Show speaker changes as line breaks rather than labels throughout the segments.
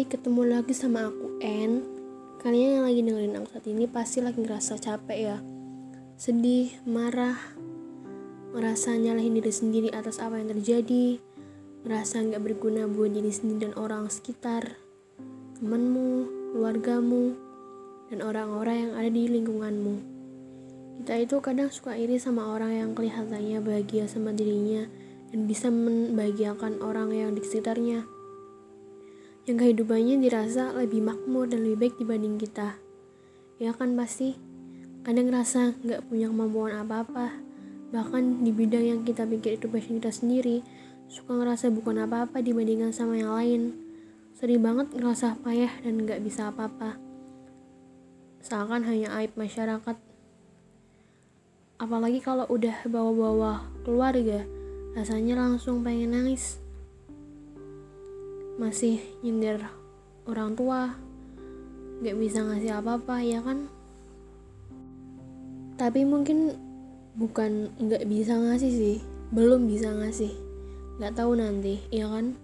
Hai, ketemu lagi sama aku, En. Kalian yang lagi dengerin aku saat ini pasti lagi ngerasa capek ya. Sedih, marah, ngerasa nyalahin diri sendiri atas apa yang terjadi, ngerasa gak berguna buat diri sendiri dan orang sekitar, temanmu, keluargamu, dan orang-orang yang ada di lingkunganmu. Kita itu kadang suka iri sama orang yang kelihatannya bahagia sama dirinya dan bisa membahagiakan orang yang di sekitarnya, yang kehidupannya dirasa lebih makmur dan lebih baik dibanding kita. Ya kan pasti, kadang ngerasa gak punya kemampuan apa-apa, bahkan di bidang yang kita pikir itu passion kita sendiri, suka ngerasa bukan apa-apa dibandingkan sama yang lain. Sering banget ngerasa payah dan gak bisa apa-apa, seakan hanya aib masyarakat. Apalagi kalau udah bawa-bawa keluarga, rasanya langsung pengen nangis. Masih nyindir orang tua, gak bisa ngasih apa-apa, ya kan? Tapi mungkin bukan gak bisa ngasih sih, belum bisa ngasih, gak tahu nanti, ya kan?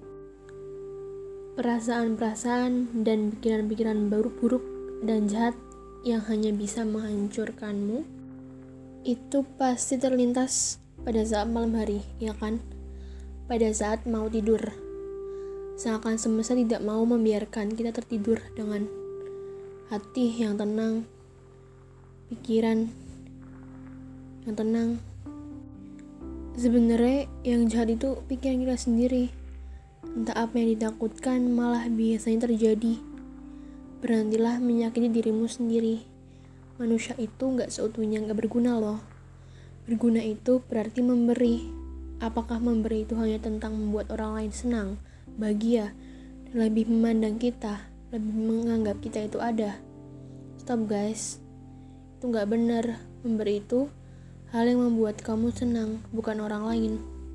Perasaan-perasaan dan pikiran-pikiran buruk dan jahat yang hanya bisa menghancurkanmu itu pasti terlintas pada saat malam hari, ya kan? Pada saat mau tidur, seakan semesta tidak mau membiarkan kita tertidur dengan hati yang tenang, pikiran yang tenang. Sebenarnya yang jahat itu pikiran kita sendiri. Entah apa yang ditakutkan malah biasanya terjadi. Berhentilah menyakiti dirimu sendiri. Manusia itu gak seutuhnya gak berguna loh. Berguna itu berarti memberi. Apakah memberi itu hanya tentang membuat orang lain senang, bahagia, dan lebih memandang kita, lebih menganggap kita itu ada? Stop guys, itu gak benar. Memberi itu hal yang membuat kamu senang, bukan orang lain.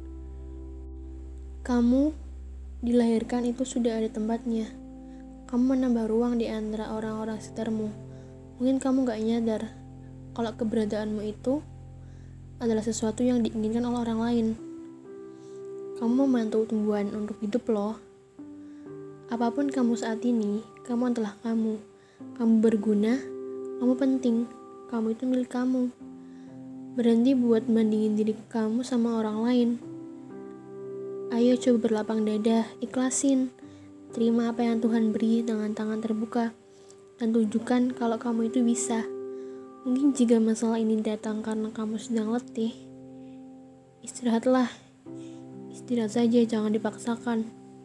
Kamu dilahirkan itu sudah ada tempatnya. Kamu menambah ruang di antara orang-orang sekitarmu. Mungkin kamu gak nyadar kalau keberadaanmu itu adalah sesuatu yang diinginkan oleh orang lain. Kamu membantu tumbuhan untuk hidup loh. Apapun kamu saat ini, kamu adalah kamu. Kamu berguna, kamu penting, kamu itu milik kamu. Berhenti buat bandingin diri kamu sama orang lain. Ayo coba berlapang dada, ikhlasin. Terima apa yang Tuhan beri dengan tangan terbuka. Dan tunjukkan kalau kamu itu bisa. Mungkin jika masalah ini datang karena kamu sedang letih, istirahatlah. Istirahat saja, jangan dipaksakan.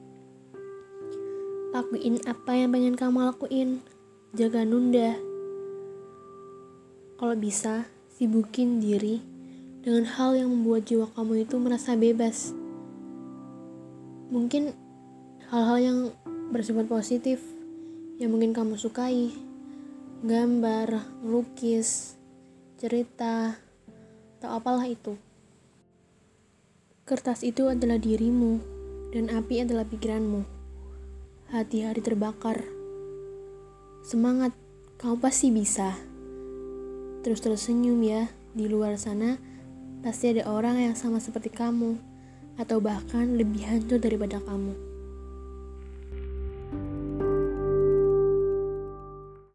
Lakuin apa yang pengen kamu lakuin. Jangan nunda. Kalau bisa, sibukin diri dengan hal yang membuat jiwa kamu itu merasa bebas. Mungkin hal-hal yang bersifat positif yang mungkin kamu sukai. Gambar, melukis, cerita, atau apalah itu. Kertas itu adalah dirimu, dan api adalah pikiranmu. Hati-hati terbakar. Semangat, kamu pasti bisa. Terus senyum ya. Di luar sana pasti ada orang yang sama seperti kamu, atau bahkan lebih hancur daripada kamu.